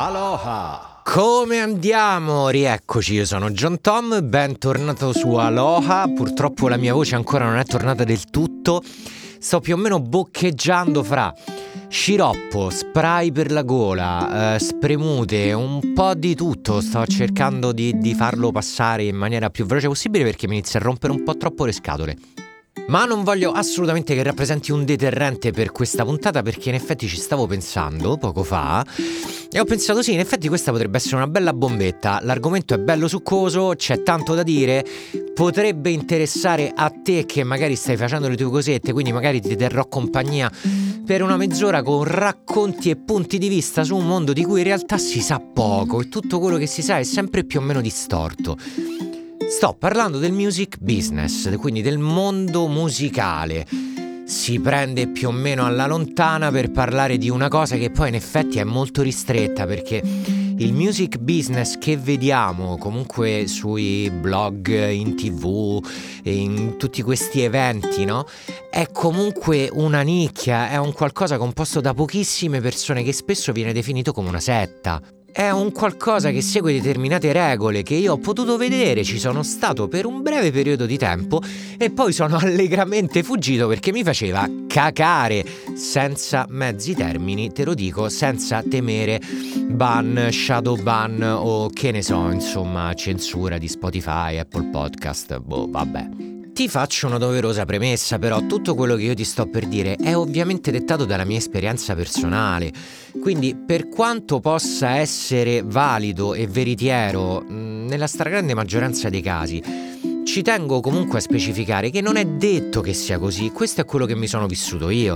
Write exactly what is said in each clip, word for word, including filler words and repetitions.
Aloha! Come andiamo? Rieccoci, io sono John Tom, bentornato su Aloha. Purtroppo la mia voce ancora non è tornata del tutto. Sto più o meno boccheggiando fra sciroppo, spray per la gola, eh, spremute, un po' di tutto. Sto cercando di, di farlo passare in maniera più veloce possibile perché mi inizia a rompere un po' troppo le scatole. Ma non voglio assolutamente che rappresenti un deterrente per questa puntata, perché in effetti ci stavo pensando poco fa e ho pensato sì, in effetti questa potrebbe essere una bella bombetta. L'argomento è bello succoso, c'è tanto da dire, potrebbe interessare a te che magari stai facendo le tue cosette, quindi magari ti terrò compagnia per una mezz'ora con racconti e punti di vista su un mondo di cui in realtà si sa poco e tutto quello che si sa è sempre più o meno distorto. Sto parlando del music business, quindi del mondo musicale. Si prende più o meno alla lontana per parlare di una cosa che poi in effetti è molto ristretta, perché il music business che vediamo comunque sui blog, in tv, in tutti questi eventi, no? È comunque una nicchia, è un qualcosa composto da pochissime persone che spesso viene definito come una setta. È un qualcosa che segue determinate regole che io ho potuto vedere, ci sono stato per un breve periodo di tempo e poi sono allegramente fuggito perché mi faceva cacare, senza mezzi termini, te lo dico, senza temere ban, shadow ban o che ne so, insomma, censura di Spotify, Apple Podcast, boh, vabbè. Ti faccio una doverosa premessa, però tutto quello che io ti sto per dire è ovviamente dettato dalla mia esperienza personale, quindi per quanto possa essere valido e veritiero nella stragrande maggioranza dei casi, ci tengo comunque a specificare che non è detto che sia così. Questo è quello che mi sono vissuto io,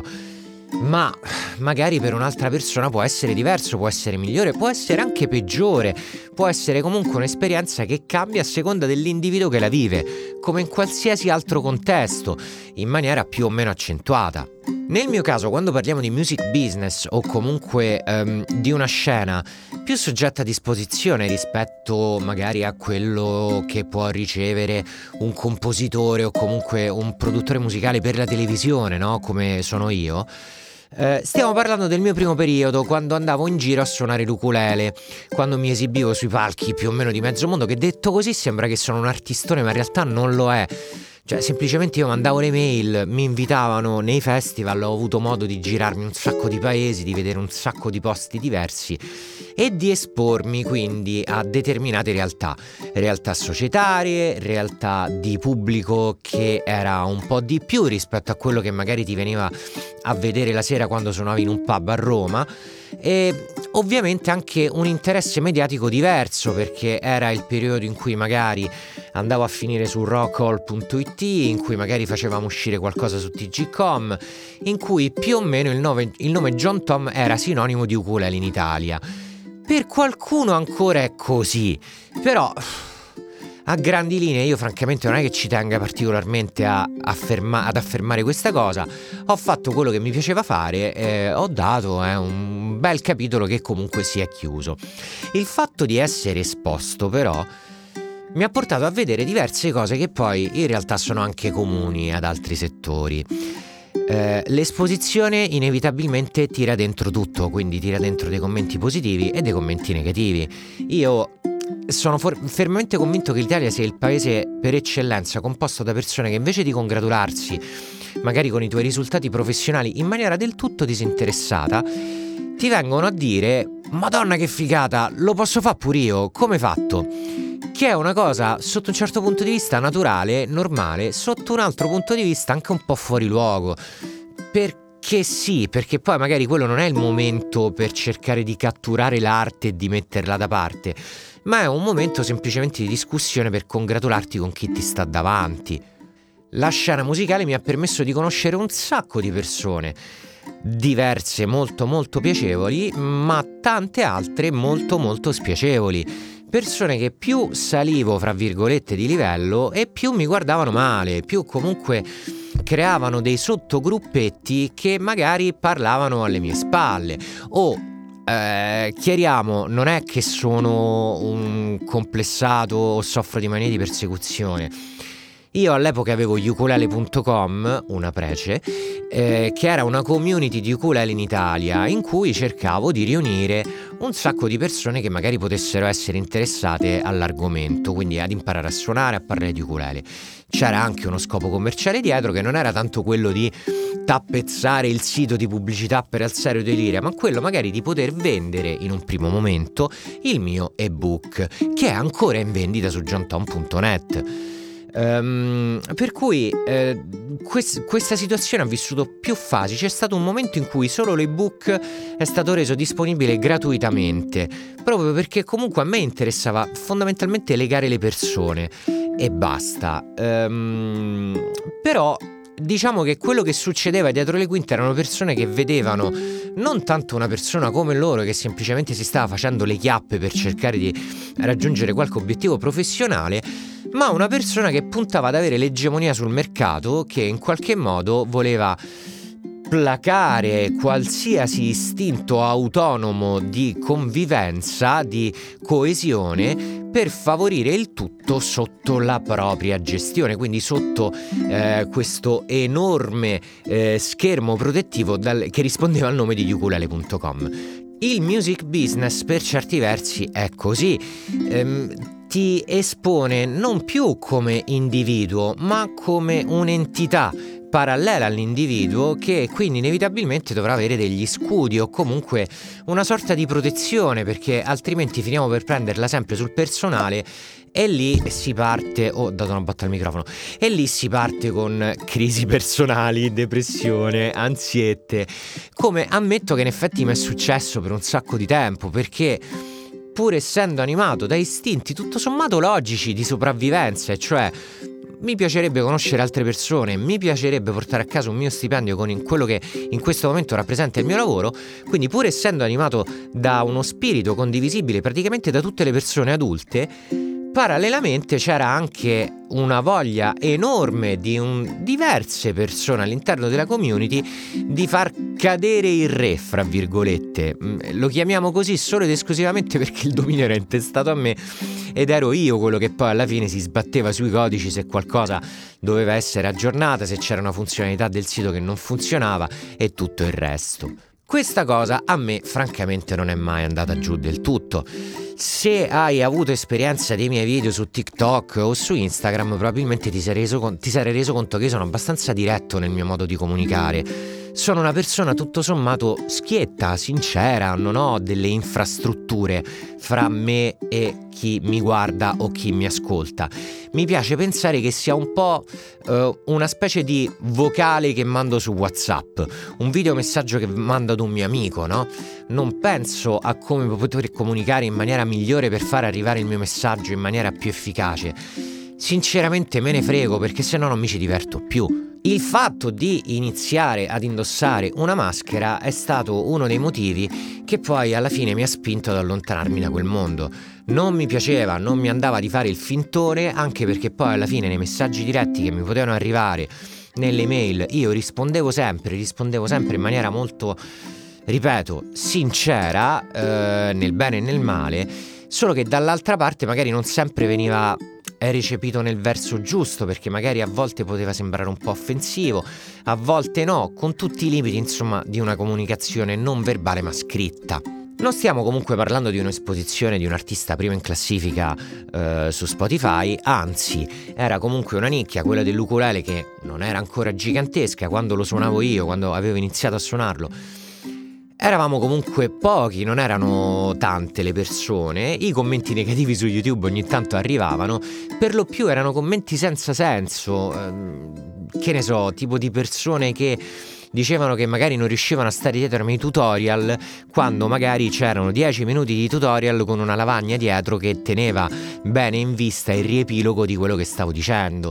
ma magari per un'altra persona può essere diverso, può essere migliore, può essere anche peggiore, può essere comunque un'esperienza che cambia a seconda dell'individuo che la vive, come in qualsiasi altro contesto, in maniera più o meno accentuata. Nel mio caso, quando parliamo di music business o comunque um, di una scena più soggetta a disposizione rispetto magari a quello che può ricevere un compositore o comunque un produttore musicale per la televisione, no? Come sono io, Eh, stiamo parlando del mio primo periodo, quando andavo in giro a suonare l'ukulele, quando mi esibivo sui palchi più o meno di mezzo mondo, che detto così sembra che sono un artistone, ma in realtà non lo è. Cioè, semplicemente io mandavo le mail, mi invitavano nei festival, ho avuto modo di girarmi un sacco di paesi, di vedere un sacco di posti diversi e di espormi quindi a determinate realtà, realtà societarie, realtà di pubblico che era un po' di più rispetto a quello che magari ti veniva a vedere la sera quando suonavi in un pub a Roma, e ovviamente anche un interesse mediatico diverso, perché era il periodo in cui magari andavo a finire su rockall punto it, in cui magari facevamo uscire qualcosa su T G punto com, in cui più o meno il nome, il nome John Tom era sinonimo di ukulele in Italia. Per qualcuno ancora è così, però a grandi linee io francamente non è che ci tenga particolarmente a afferma- ad affermare questa cosa. Ho fatto quello che mi piaceva fare e ho dato eh, un bel capitolo che comunque si è chiuso. Il fatto di essere esposto però mi ha portato a vedere diverse cose che poi in realtà sono anche comuni ad altri settori. Eh, l'esposizione inevitabilmente tira dentro tutto, quindi tira dentro dei commenti positivi e dei commenti negativi. Io sono for- fermamente convinto che l'Italia sia il paese per eccellenza composto da persone che invece di congratularsi magari con i tuoi risultati professionali in maniera del tutto disinteressata, ti vengono a dire: Madonna che figata, lo posso fare pure io, come fatto? Che è una cosa sotto un certo punto di vista naturale, normale, sotto un altro punto di vista anche un po' fuori luogo. Perché sì, perché poi magari quello non è il momento per cercare di catturare l'arte e di metterla da parte, ma è un momento semplicemente di discussione per congratularti con chi ti sta davanti. La scena musicale mi ha permesso di conoscere un sacco di persone, diverse, molto molto piacevoli, ma tante altre molto molto spiacevoli. Persone che più salivo, fra virgolette, di livello e più mi guardavano male, più comunque creavano dei sottogruppetti che magari parlavano alle mie spalle. O, eh, chiariamo, non è che sono un complessato o soffro di manie di persecuzione. Io all'epoca avevo ukulele punto com, una prece, eh, che era una community di ukulele in Italia, in cui cercavo di riunire un sacco di persone che magari potessero essere interessate all'argomento, quindi ad imparare a suonare, a parlare di ukulele. C'era anche uno scopo commerciale dietro, che non era tanto quello di tappezzare il sito di pubblicità per alzare due lire, ma quello magari di poter vendere in un primo momento il mio ebook, che è ancora in vendita su john tom punto net. Um, per cui eh, quest- questa situazione ha vissuto più fasi. C'è stato un momento in cui solo l'ebook è stato reso disponibile gratuitamente, proprio perché comunque a me interessava fondamentalmente legare le persone e basta. Um, però diciamo che quello che succedeva dietro le quinte erano persone che vedevano non tanto una persona come loro, che semplicemente si stava facendo le chiappe per cercare di raggiungere qualche obiettivo professionale, ma una persona che puntava ad avere l'egemonia sul mercato, che in qualche modo voleva placare qualsiasi istinto autonomo di convivenza, di coesione, per favorire il tutto sotto la propria gestione, quindi sotto eh, questo enorme eh, schermo protettivo dal, che rispondeva al nome di ukulele punto com. Il music business per certi versi è così. Ehm, ti espone non più come individuo, ma come un'entità parallela all'individuo, che quindi inevitabilmente dovrà avere degli scudi o comunque una sorta di protezione, perché altrimenti finiamo per prenderla sempre sul personale, e lì si parte, oh, ho dato una botta al microfono, e lì si parte con crisi personali, depressione, ansiette, come ammetto che in effetti mi è successo per un sacco di tempo, perché pur essendo animato da istinti tutto sommato logici di sopravvivenza, e cioè mi piacerebbe conoscere altre persone, mi piacerebbe portare a casa un mio stipendio con quello che in questo momento rappresenta il mio lavoro, quindi pur essendo animato da uno spirito condivisibile praticamente da tutte le persone adulte, parallelamente c'era anche una voglia enorme di un, diverse persone all'interno della community di far cadere il re, fra virgolette. Lo chiamiamo così solo ed esclusivamente perché il dominio era intestato a me ed ero io quello che poi alla fine si sbatteva sui codici se qualcosa doveva essere aggiornata, se c'era una funzionalità del sito che non funzionava e tutto il resto. Questa cosa a me francamente non è mai andata giù del tutto. Se hai avuto esperienza dei miei video su TikTok o su Instagram, probabilmente ti sei reso, con- ti sarai reso conto che io sono abbastanza diretto nel mio modo di comunicare. Sono una persona tutto sommato schietta, sincera, non ho delle infrastrutture fra me e chi mi guarda o chi mi ascolta. Mi piace pensare che sia un po' eh, una specie di vocale che mando su WhatsApp, un videomessaggio che mando ad un mio amico, no? Non penso a come poter comunicare in maniera migliore per far arrivare il mio messaggio in maniera più efficace. Sinceramente me ne frego, perché se no non mi ci diverto più. Il fatto di iniziare ad indossare una maschera è stato uno dei motivi che poi alla fine mi ha spinto ad allontanarmi da quel mondo. Non mi piaceva, non mi andava di fare il fintone, anche perché poi alla fine nei messaggi diretti che mi potevano arrivare, nelle mail, io rispondevo sempre, rispondevo sempre in maniera molto, ripeto, sincera, eh, nel bene e nel male, solo che dall'altra parte magari non sempre veniva recepito nel verso giusto, perché magari a volte poteva sembrare un po' offensivo, a volte no, con tutti i limiti insomma di una comunicazione non verbale ma scritta. Non stiamo comunque parlando di un'esposizione di un artista primo in classifica eh, su Spotify, anzi era comunque una nicchia, quella dell'ukulele, che non era ancora gigantesca quando lo suonavo io, quando avevo iniziato a suonarlo. Eravamo comunque pochi, non erano tante le persone, i commenti negativi su YouTube ogni tanto arrivavano, per lo più erano commenti senza senso, ehm, che ne so, tipo di persone che dicevano che magari non riuscivano a stare dietro ai miei tutorial, quando magari c'erano dieci minuti di tutorial con una lavagna dietro che teneva bene in vista il riepilogo di quello che stavo dicendo.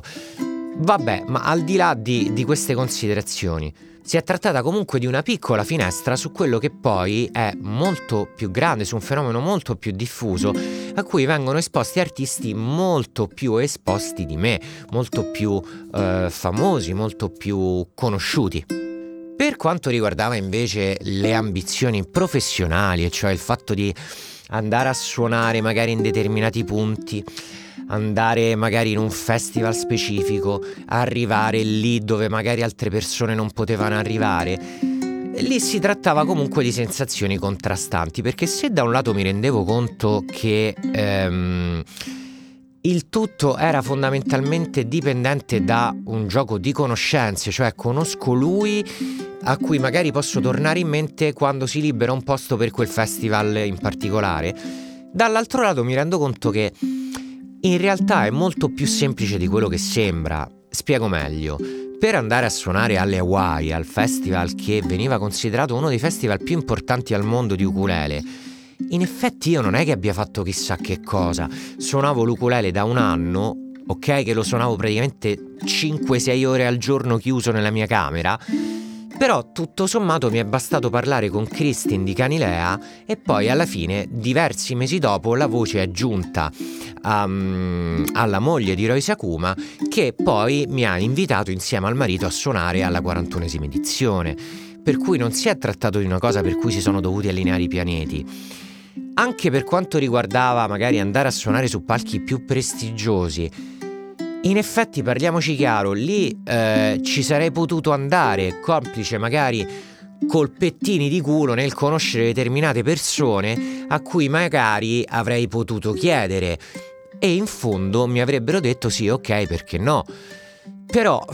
Vabbè, ma al di là di, di queste considerazioni, si è trattata comunque di una piccola finestra su quello che poi è molto più grande, su un fenomeno molto più diffuso, a cui vengono esposti artisti molto più esposti di me, molto più eh, famosi, molto più conosciuti. Per quanto riguardava invece le ambizioni professionali, e cioè il fatto di andare a suonare magari in determinati punti, andare magari in un festival specifico, arrivare lì dove magari altre persone non potevano arrivare, lì si trattava comunque di sensazioni contrastanti, perché se da un lato mi rendevo conto che ehm, il tutto era fondamentalmente dipendente da un gioco di conoscenze, cioè conosco lui a cui magari posso tornare in mente quando si libera un posto per quel festival in particolare, dall'altro lato mi rendo conto che in realtà è molto più semplice di quello che sembra. Spiego meglio. Per andare a suonare alle Hawaii, al festival che veniva considerato uno dei festival più importanti al mondo di ukulele, in effetti io non è che abbia fatto chissà che cosa. Suonavo l'ukulele da un anno, ok, che lo suonavo praticamente cinque sei ore al giorno chiuso nella mia camera, però tutto sommato mi è bastato parlare con Kristin di Canilea e poi alla fine, diversi mesi dopo, la voce è giunta um, alla moglie di Roy Sakuma, che poi mi ha invitato insieme al marito a suonare alla quarantunesima edizione, per cui non si è trattato di una cosa per cui si sono dovuti allineare i pianeti. Anche per quanto riguardava magari andare a suonare su palchi più prestigiosi, in effetti, parliamoci chiaro, lì eh, ci sarei potuto andare, complice magari colpettini di culo nel conoscere determinate persone a cui magari avrei potuto chiedere, e in fondo mi avrebbero detto sì, ok, perché no. Però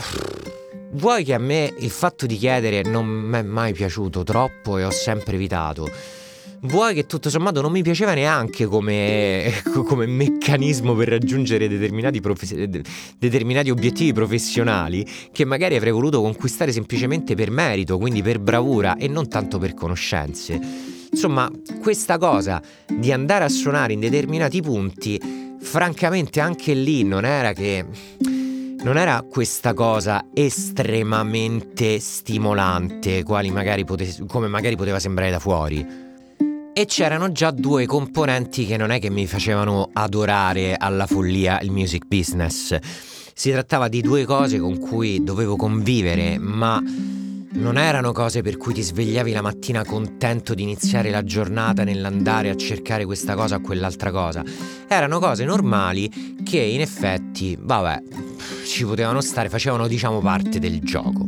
vuoi che a me il fatto di chiedere non mi è mai piaciuto troppo e ho sempre evitato. Vuoi che tutto sommato non mi piaceva neanche come, come meccanismo per raggiungere determinati, profe- determinati obiettivi professionali che magari avrei voluto conquistare semplicemente per merito, quindi per bravura e non tanto per conoscenze. Insomma, questa cosa di andare a suonare in determinati punti, francamente anche lì non era che... non era questa cosa estremamente stimolante, quali magari pote- come magari poteva sembrare da fuori. E c'erano già due componenti che non è che mi facevano adorare alla follia il music business. Si trattava di due cose con cui dovevo convivere, ma non erano cose per cui ti svegliavi la mattina contento di iniziare la giornata nell'andare a cercare questa cosa o quell'altra cosa. Erano cose normali che in effetti, vabbè, ci potevano stare, facevano diciamo parte del gioco.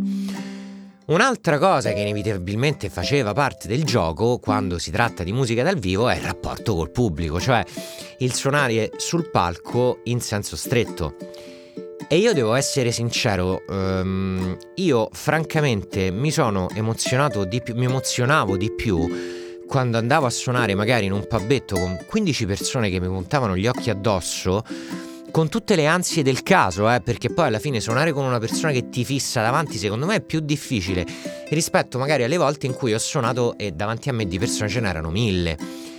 Un'altra cosa che inevitabilmente faceva parte del gioco quando si tratta di musica dal vivo è il rapporto col pubblico, cioè il suonare sul palco in senso stretto. E io devo essere sincero, um, io francamente mi sono emozionato di più, mi emozionavo di più quando andavo a suonare magari in un pubetto con quindici persone che mi puntavano gli occhi addosso, con tutte le ansie del caso, eh, perché poi alla fine suonare con una persona che ti fissa davanti secondo me è più difficile rispetto magari alle volte in cui ho suonato e davanti a me di persone ce n'erano mille.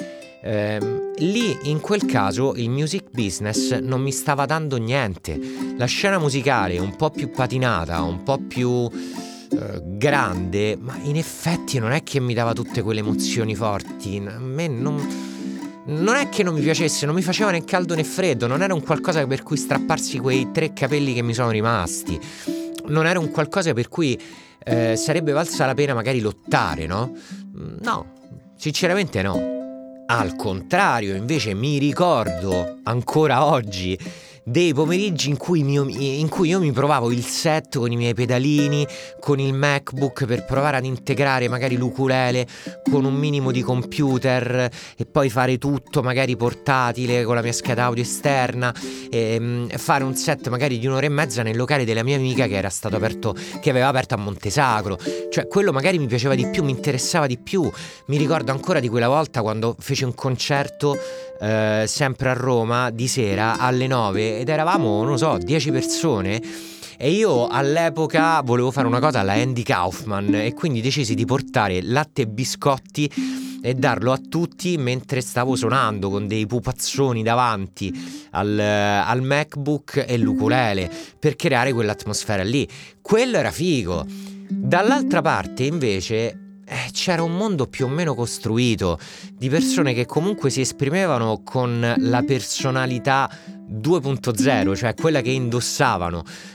Ehm, lì in quel caso il music business non mi stava dando niente. La scena musicale un po' più patinata, un po' più eh, grande, ma in effetti non è che mi dava tutte quelle emozioni forti. A me non... Non è che non mi piacesse, non mi faceva né caldo né freddo, non era un qualcosa per cui strapparsi quei tre capelli che mi sono rimasti, non era un qualcosa per cui eh, sarebbe valsa la pena magari lottare, no? No, sinceramente no. Al contrario, invece mi ricordo ancora oggi dei pomeriggi in cui, mio, in cui io mi provavo il set con i miei pedalini, con il MacBook per provare ad integrare magari l'ukulele con un minimo di computer e poi fare tutto magari portatile con la mia scheda audio esterna e um, fare un set magari di un'ora e mezza nel locale della mia amica che era stato aperto, che aveva aperto a Montesacro. Cioè quello magari mi piaceva di più, mi interessava di più. Mi ricordo ancora di quella volta quando feci un concerto eh, sempre a Roma di sera alle nove ed eravamo, non so, dieci persone e io all'epoca volevo fare una cosa alla Andy Kaufman e quindi decisi di portare latte e biscotti e darlo a tutti mentre stavo suonando con dei pupazzoni davanti al, al MacBook e l'ukulele per creare quell'atmosfera lì. Quello era figo. Dall'altra parte invece Eh, c'era un mondo più o meno costruito di persone che comunque si esprimevano con la personalità due punto zero, cioè quella che indossavano,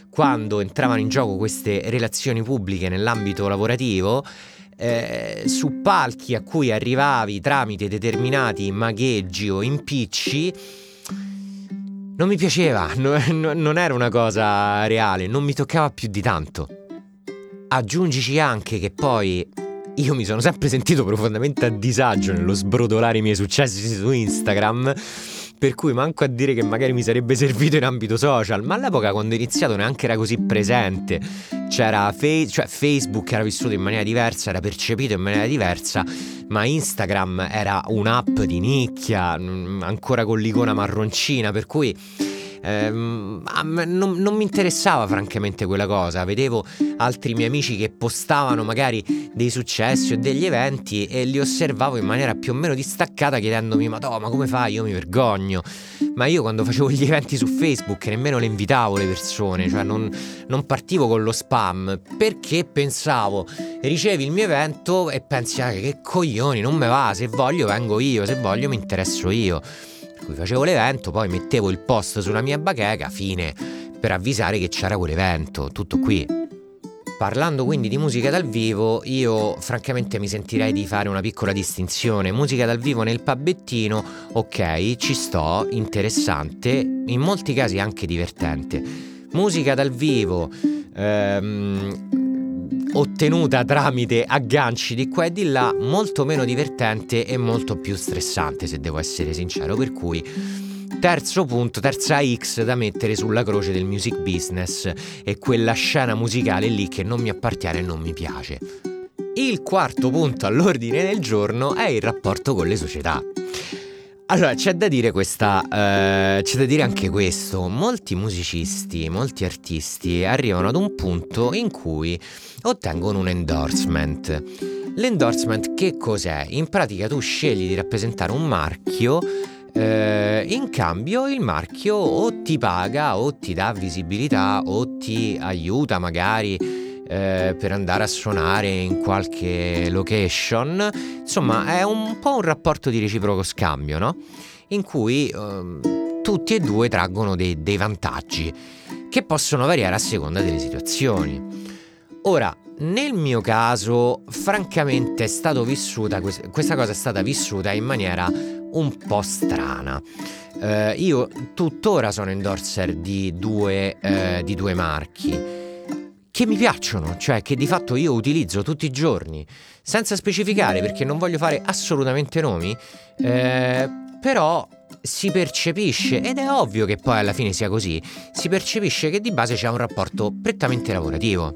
quando entravano in gioco queste relazioni pubbliche nell'ambito lavorativo, eh, su palchi a cui arrivavi tramite determinati magheggi o impicci, non mi piaceva, no, no, non era una cosa reale, non mi toccava più di tanto. Aggiungici anche che poi io mi sono sempre sentito profondamente a disagio nello sbrodolare i miei successi su Instagram, per cui manco a dire che magari mi sarebbe servito in ambito social, ma all'epoca quando ho iniziato neanche era così presente. C'era fe- cioè Facebook era vissuto in maniera diversa, era percepito in maniera diversa, ma Instagram era un'app di nicchia, ancora con l'icona marroncina, per cui ehm, non, non mi interessava francamente quella cosa. Vedevo altri miei amici che postavano magari dei successi o degli eventi e li osservavo in maniera più o meno distaccata, chiedendomi ma no, ma come fai? Io mi vergogno. Ma io quando facevo gli eventi su Facebook nemmeno le invitavo le persone, cioè non, non partivo con lo spam, perché pensavo, ricevi il mio evento e pensi ah, che coglioni, non me va, se voglio vengo io, se voglio mi interesso io. Per cui facevo l'evento, poi mettevo il post sulla mia bacheca, fine, per avvisare che c'era quell'evento, tutto qui. Parlando quindi di musica dal vivo, io francamente mi sentirei di fare una piccola distinzione. Musica dal vivo nel pubbettino, ok, ci sto, interessante, in molti casi anche divertente. Musica dal vivo ehm, ottenuta tramite agganci di qua e di là, molto meno divertente e molto più stressante, se devo essere sincero, per cui terzo punto, terza X da mettere sulla croce del music business, è quella scena musicale lì che non mi appartiene e non mi piace. Il quarto punto all'ordine del giorno è il rapporto con le società. Allora, c'è da dire questa, eh, c'è da dire anche questo: molti musicisti, molti artisti arrivano ad un punto in cui ottengono un endorsement. L'endorsement che cos'è? In pratica tu scegli di rappresentare un marchio. Uh, in cambio il marchio o ti paga o ti dà visibilità o ti aiuta magari uh, per andare a suonare in qualche location. Insomma, è un po' un rapporto di reciproco scambio, no? In cui uh, tutti e due traggono dei, dei vantaggi che possono variare a seconda delle situazioni. Ora, nel mio caso, francamente è stato vissuta questa cosa è stata vissuta in maniera un po' strana. Uh, io tuttora sono endorser di due, uh, di due marchi che mi piacciono, cioè che di fatto io utilizzo tutti i giorni, senza specificare perché non voglio fare assolutamente nomi, uh, però si percepisce, ed è ovvio che poi alla fine sia così, si percepisce che di base c'è un rapporto prettamente lavorativo.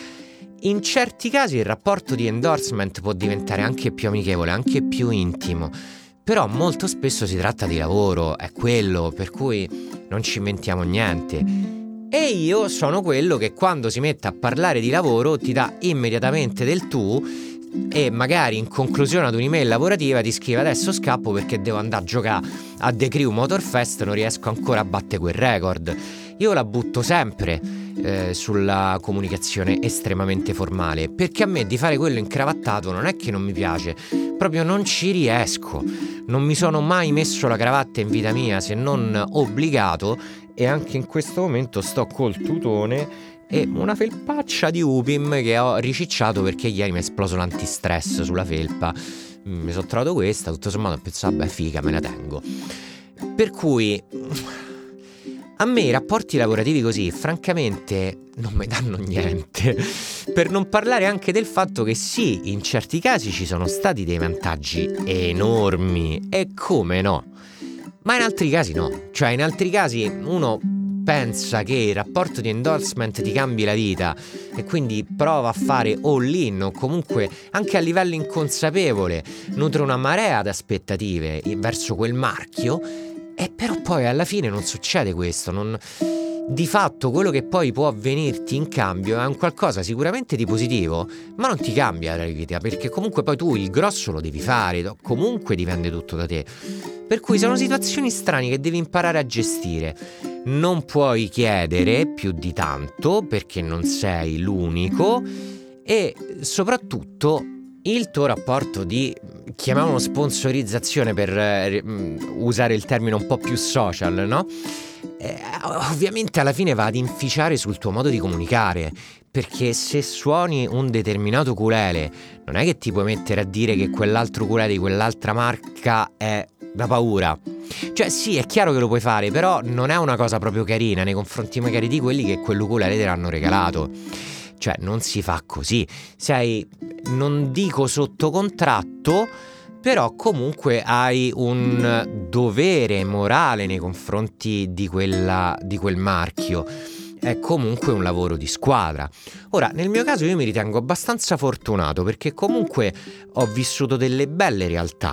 In certi casi il rapporto di endorsement può diventare anche più amichevole, anche più intimo, però molto spesso si tratta di lavoro, è quello, per cui non ci inventiamo niente. E io sono quello che quando si mette a parlare di lavoro ti dà immediatamente del tu e magari in conclusione ad un'email lavorativa ti scrive adesso scappo perché devo andare a giocare a The Crew Motorfest, non riesco ancora a battere quel record. Io la butto sempre eh, sulla comunicazione estremamente formale, perché a me di fare quello incravattato non è che non mi piace, proprio non ci riesco. Non mi sono mai messo la cravatta in vita mia se non obbligato, e anche in questo momento sto col tutone e una felpaccia di Upim che ho ricicciato perché ieri mi è esploso l'antistress sulla felpa. Mi sono trovato questa, tutto sommato ho pensato vabbè figa, me la tengo. Per cui a me i rapporti lavorativi così francamente non mi danno niente, per non parlare anche del fatto che sì, in certi casi ci sono stati dei vantaggi enormi, e come no, ma in altri casi no. Cioè in altri casi uno pensa che il rapporto di endorsement ti cambi la vita e quindi prova a fare all-in, o comunque anche a livello inconsapevole nutre una marea di aspettative verso quel marchio, e però poi alla fine non succede questo. Non... Di fatto quello che poi può avvenirti in cambio è un qualcosa sicuramente di positivo, ma non ti cambia la vita, perché comunque poi tu il grosso lo devi fare, comunque dipende tutto da te. Per cui sono situazioni strane che devi imparare a gestire. Non puoi chiedere più di tanto perché non sei l'unico, e soprattutto il tuo rapporto di, chiamiamolo sponsorizzazione per eh, usare il termine un po' più social, no? Eh, ovviamente alla fine va ad inficiare sul tuo modo di comunicare, perché se suoni un determinato ukulele non è che ti puoi mettere a dire che quell'altro ukulele di quell'altra marca è da paura. Cioè sì, è chiaro che lo puoi fare, però non è una cosa proprio carina nei confronti magari di quelli che quell'ukulele te l'hanno regalato. Cioè non si fa così. Sei, non dico sotto contratto, però comunque hai un dovere morale nei confronti di quella, di quel marchio. È comunque un lavoro di squadra. Ora, nel mio caso io mi ritengo abbastanza fortunato, perché comunque ho vissuto delle belle realtà.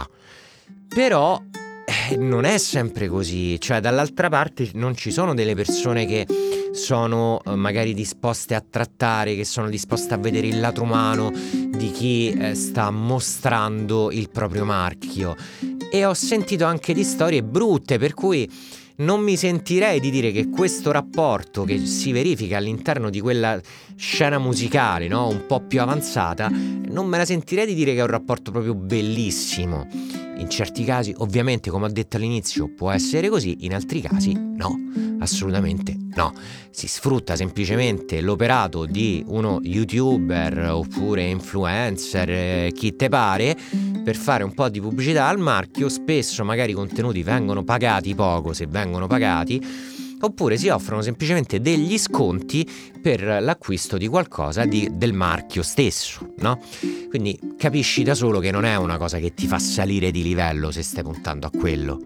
Però eh, non è sempre così. Cioè dall'altra parte non ci sono delle persone che sono eh, magari disposte a trattare, che sono disposte a vedere il lato umano di chi eh, sta mostrando il proprio marchio. E ho sentito anche di storie brutte, per cui non mi sentirei di dire che questo rapporto che si verifica all'interno di quella scena musicale, no, un po' più avanzata, non me la sentirei di dire che è un rapporto proprio bellissimo. In certi casi, ovviamente, come ho detto all'inizio, può essere così, in altri casi no, assolutamente no. Si sfrutta semplicemente l'operato di uno youtuber oppure influencer, eh, chi te pare, per fare un po' di pubblicità al marchio. Spesso magari i contenuti vengono pagati poco, se vengono pagati, oppure si offrono semplicemente degli sconti per l'acquisto di qualcosa di, del marchio stesso, no? Quindi capisci da solo che non è una cosa che ti fa salire di livello se stai puntando a quello.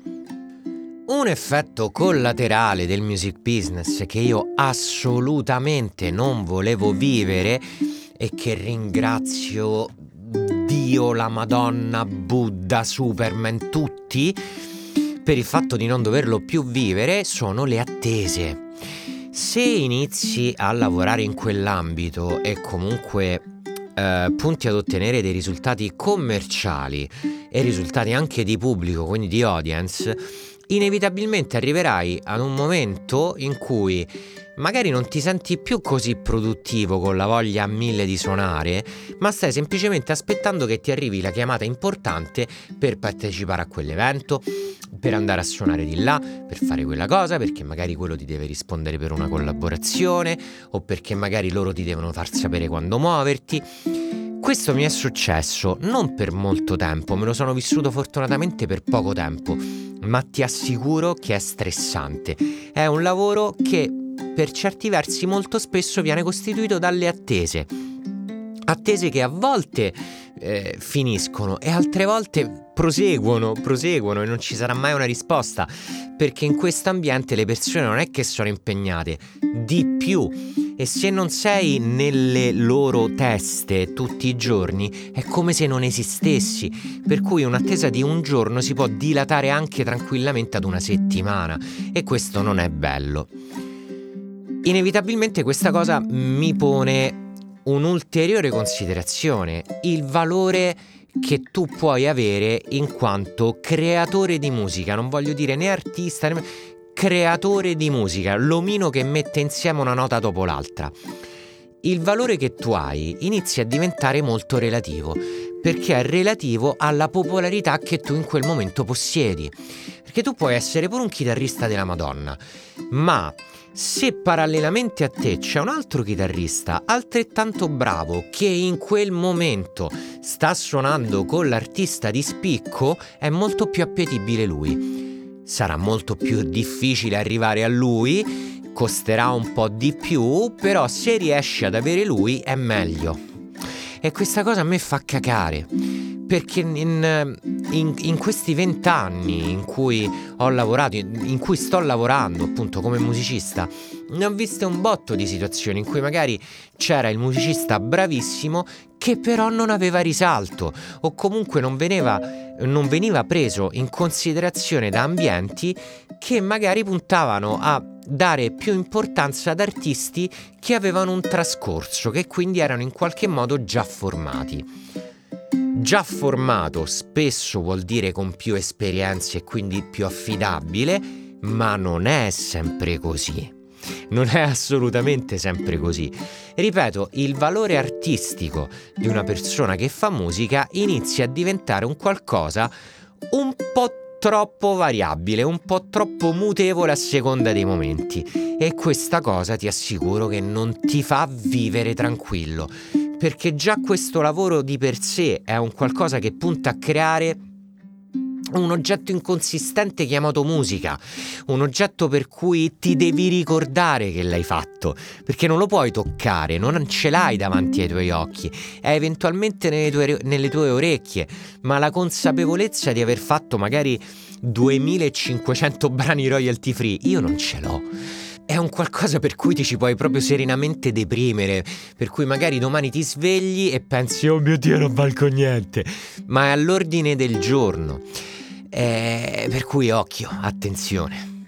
Un effetto collaterale del music business che io assolutamente non volevo vivere e che ringrazio Dio, la Madonna, Buddha, Superman, tutti per il fatto di non doverlo più vivere, sono le attese. Se inizi a lavorare in quell'ambito e comunque eh, punti ad ottenere dei risultati commerciali e risultati anche di pubblico, quindi di audience, inevitabilmente arriverai ad un momento in cui magari non ti senti più così produttivo con la voglia a mille di suonare, ma stai semplicemente aspettando che ti arrivi la chiamata importante per partecipare a quell'evento, per andare a suonare di là, per fare quella cosa, perché magari quello ti deve rispondere per una collaborazione o perché magari loro ti devono far sapere quando muoverti. Questo mi è successo non per molto tempo, me lo sono vissuto fortunatamente per poco tempo, ma ti assicuro che è stressante. È un lavoro che per certi versi molto spesso viene costituito dalle attese. Attese che a volte eh, finiscono e altre volte proseguono, proseguono e non ci sarà mai una risposta, perché in questo ambiente le persone non è che sono impegnate, di più, e se non sei nelle loro teste tutti i giorni è come se non esistessi, per cui un'attesa di un giorno si può dilatare anche tranquillamente ad una settimana e questo non è bello. Inevitabilmente questa cosa mi pone un'ulteriore considerazione: il valore che tu puoi avere in quanto creatore di musica. Non voglio dire né artista né creatore di musica, l'omino che mette insieme una nota dopo l'altra. Il valore che tu hai inizia a diventare molto relativo, perché è relativo alla popolarità che tu in quel momento possiedi. Perché tu puoi essere pure un chitarrista della Madonna, ma se parallelamente a te c'è un altro chitarrista altrettanto bravo che in quel momento sta suonando con l'artista di spicco, è molto più appetibile lui. Sarà molto più difficile arrivare a lui, costerà un po' di più, però se riesci ad avere lui è meglio. E questa cosa a me fa cacare, perché in, in, in questi vent'anni in cui ho lavorato, in cui sto lavorando appunto come musicista, ne ho viste un botto di situazioni in cui magari c'era il musicista bravissimo che però non aveva risalto, o comunque non veniva, non veniva preso in considerazione da ambienti che magari puntavano a dare più importanza ad artisti che avevano un trascorso, che quindi erano in qualche modo già formati. Già formato spesso vuol dire con più esperienze e quindi più affidabile, ma non è sempre così. non è assolutamente sempre così. Ripeto, il valore artistico di una persona che fa musica inizia a diventare un qualcosa un po' troppo variabile, un po' troppo mutevole a seconda dei momenti, e questa cosa ti assicuro che non ti fa vivere tranquillo, perché già questo lavoro di per sé è un qualcosa che punta a creare un oggetto inconsistente chiamato musica, un oggetto per cui ti devi ricordare che l'hai fatto, perché non lo puoi toccare, non ce l'hai davanti ai tuoi occhi, è eventualmente nelle tue, nelle tue orecchie, ma la consapevolezza di aver fatto magari duemilacinquecento brani royalty free, io non ce l'ho. È un qualcosa per cui ti ci puoi proprio serenamente deprimere, per cui magari domani ti svegli e pensi oh mio Dio non valgo niente, ma è all'ordine del giorno. Eh, per cui occhio, attenzione.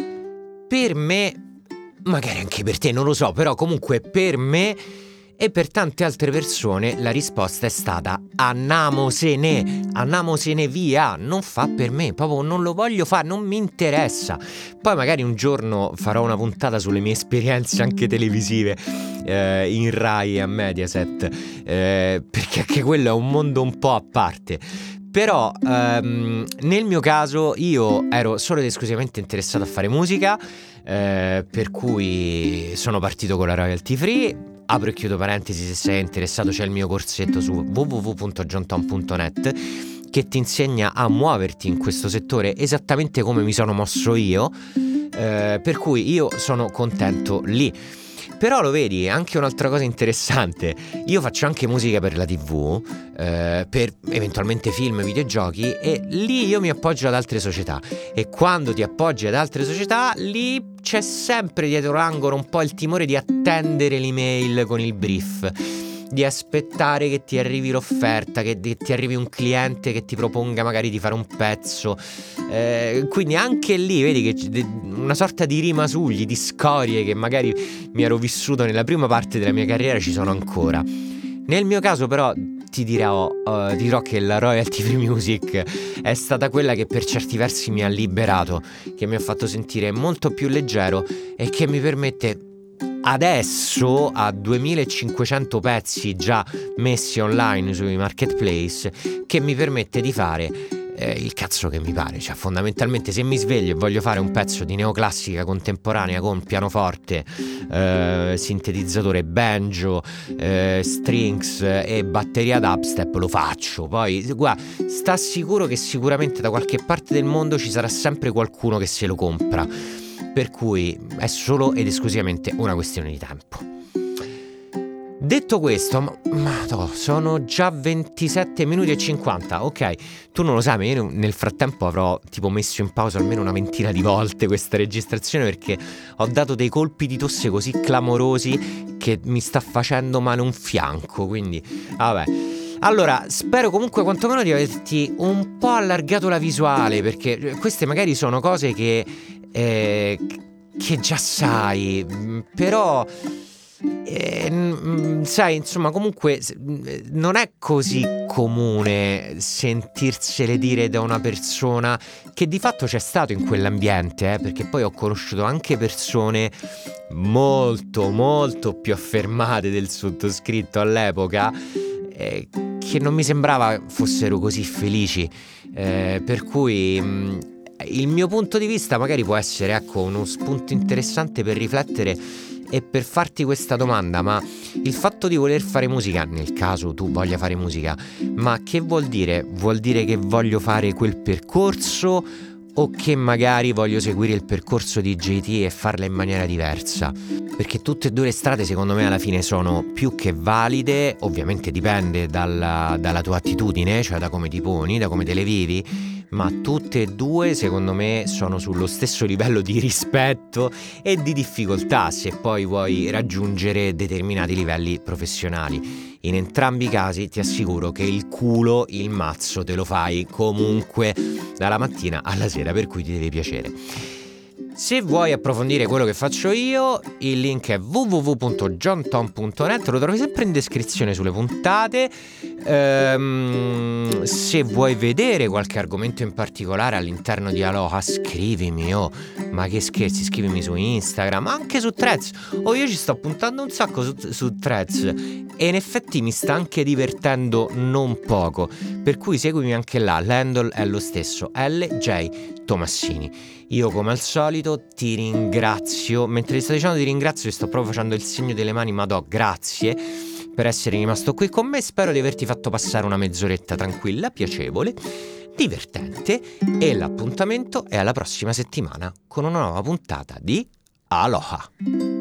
Per me, magari anche per te, non lo so, però comunque per me e per tante altre persone la risposta è stata annamosene, annamosene via, non fa per me, proprio non lo voglio fare, non mi interessa. Poi magari un giorno farò una puntata sulle mie esperienze anche televisive eh, in Rai e a Mediaset, eh, perché anche quello è un mondo un po' a parte. Però ehm, nel mio caso io ero solo ed esclusivamente interessato a fare musica, eh, per cui sono partito con la royalty free. Apro e chiudo parentesi, se sei interessato c'è il mio corsetto su w w w punto john tom punto net che ti insegna a muoverti in questo settore esattamente come mi sono mosso io, eh, per cui io sono contento lì. Però lo vedi, anche un'altra cosa interessante, io faccio anche musica per la tivù, eh, per eventualmente film, videogiochi, e lì io mi appoggio ad altre società, e quando ti appoggi ad altre società lì c'è sempre dietro l'angolo un po' il timore di attendere l'email con il brief, di aspettare che ti arrivi l'offerta, che ti arrivi un cliente che ti proponga magari di fare un pezzo, eh, quindi anche lì vedi che una sorta di rimasugli, di scorie che magari mi ero vissuto nella prima parte della mia carriera ci sono ancora. Nel mio caso però ti dirò, uh, ti dirò che la royalty free music è stata quella che per certi versi mi ha liberato, che mi ha fatto sentire molto più leggero e che mi permette adesso, a duemilacinquecento pezzi già messi online sui marketplace, che mi permette di fare eh, il cazzo che mi pare. Cioè fondamentalmente se mi sveglio e voglio fare un pezzo di neoclassica contemporanea con pianoforte, eh, sintetizzatore banjo, eh, strings e batteria dubstep, lo faccio. Poi guarda, sta sicuro che sicuramente da qualche parte del mondo ci sarà sempre qualcuno che se lo compra, per cui è solo ed esclusivamente una questione di tempo. Detto questo, ma, ma no, sono già ventisette minuti e cinquanta. Ok, tu non lo sai, ma io nel frattempo avrò tipo messo in pausa almeno una ventina di volte questa registrazione, perché ho dato dei colpi di tosse così clamorosi che mi sta facendo male un fianco. Quindi vabbè. Allora, spero comunque quantomeno di averti un po' allargato la visuale, perché queste magari sono cose che Eh, che già sai, però eh, sai, insomma, comunque non è così comune sentirsele dire da una persona che di fatto c'è stato in quell'ambiente, eh, perché poi ho conosciuto anche persone molto molto più affermate del sottoscritto all'epoca, eh, che non mi sembrava fossero così felici, eh, per cui mh, il mio punto di vista magari può essere, ecco, uno spunto interessante per riflettere e per farti questa domanda: ma il fatto di voler fare musica, nel caso tu voglia fare musica, ma che vuol dire? Vuol dire che voglio fare quel percorso, o che magari voglio seguire il percorso di J T e farla in maniera diversa? Perché tutte e due le strade secondo me alla fine sono più che valide. Ovviamente dipende dalla, dalla tua attitudine, cioè da come ti poni, da come te le vivi, ma tutte e due secondo me sono sullo stesso livello di rispetto e di difficoltà se poi vuoi raggiungere determinati livelli professionali. In entrambi i casi ti assicuro che il culo, il mazzo te lo fai comunque dalla mattina alla sera, per cui ti deve piacere. Se vuoi approfondire quello che faccio io, il link è w w w punto john tom punto net, lo trovi sempre in descrizione sulle puntate. Ehm, se vuoi vedere qualche argomento in particolare all'interno di Aloha, scrivimi, oh, ma che scherzi, scrivimi su Instagram, anche su Threads. Oh, io ci sto puntando un sacco su, su Threads e in effetti mi sta anche divertendo non poco, per cui seguimi anche là, l'handle è lo stesso, L J Tomassini. Io come al solito ti ringrazio, mentre ti sto dicendo ti ringrazio, ti sto proprio facendo il segno delle mani, ma do grazie per essere rimasto qui con me. Spero di averti fatto passare una mezz'oretta tranquilla, piacevole, divertente, e l'appuntamento è alla prossima settimana con una nuova puntata di Aloha.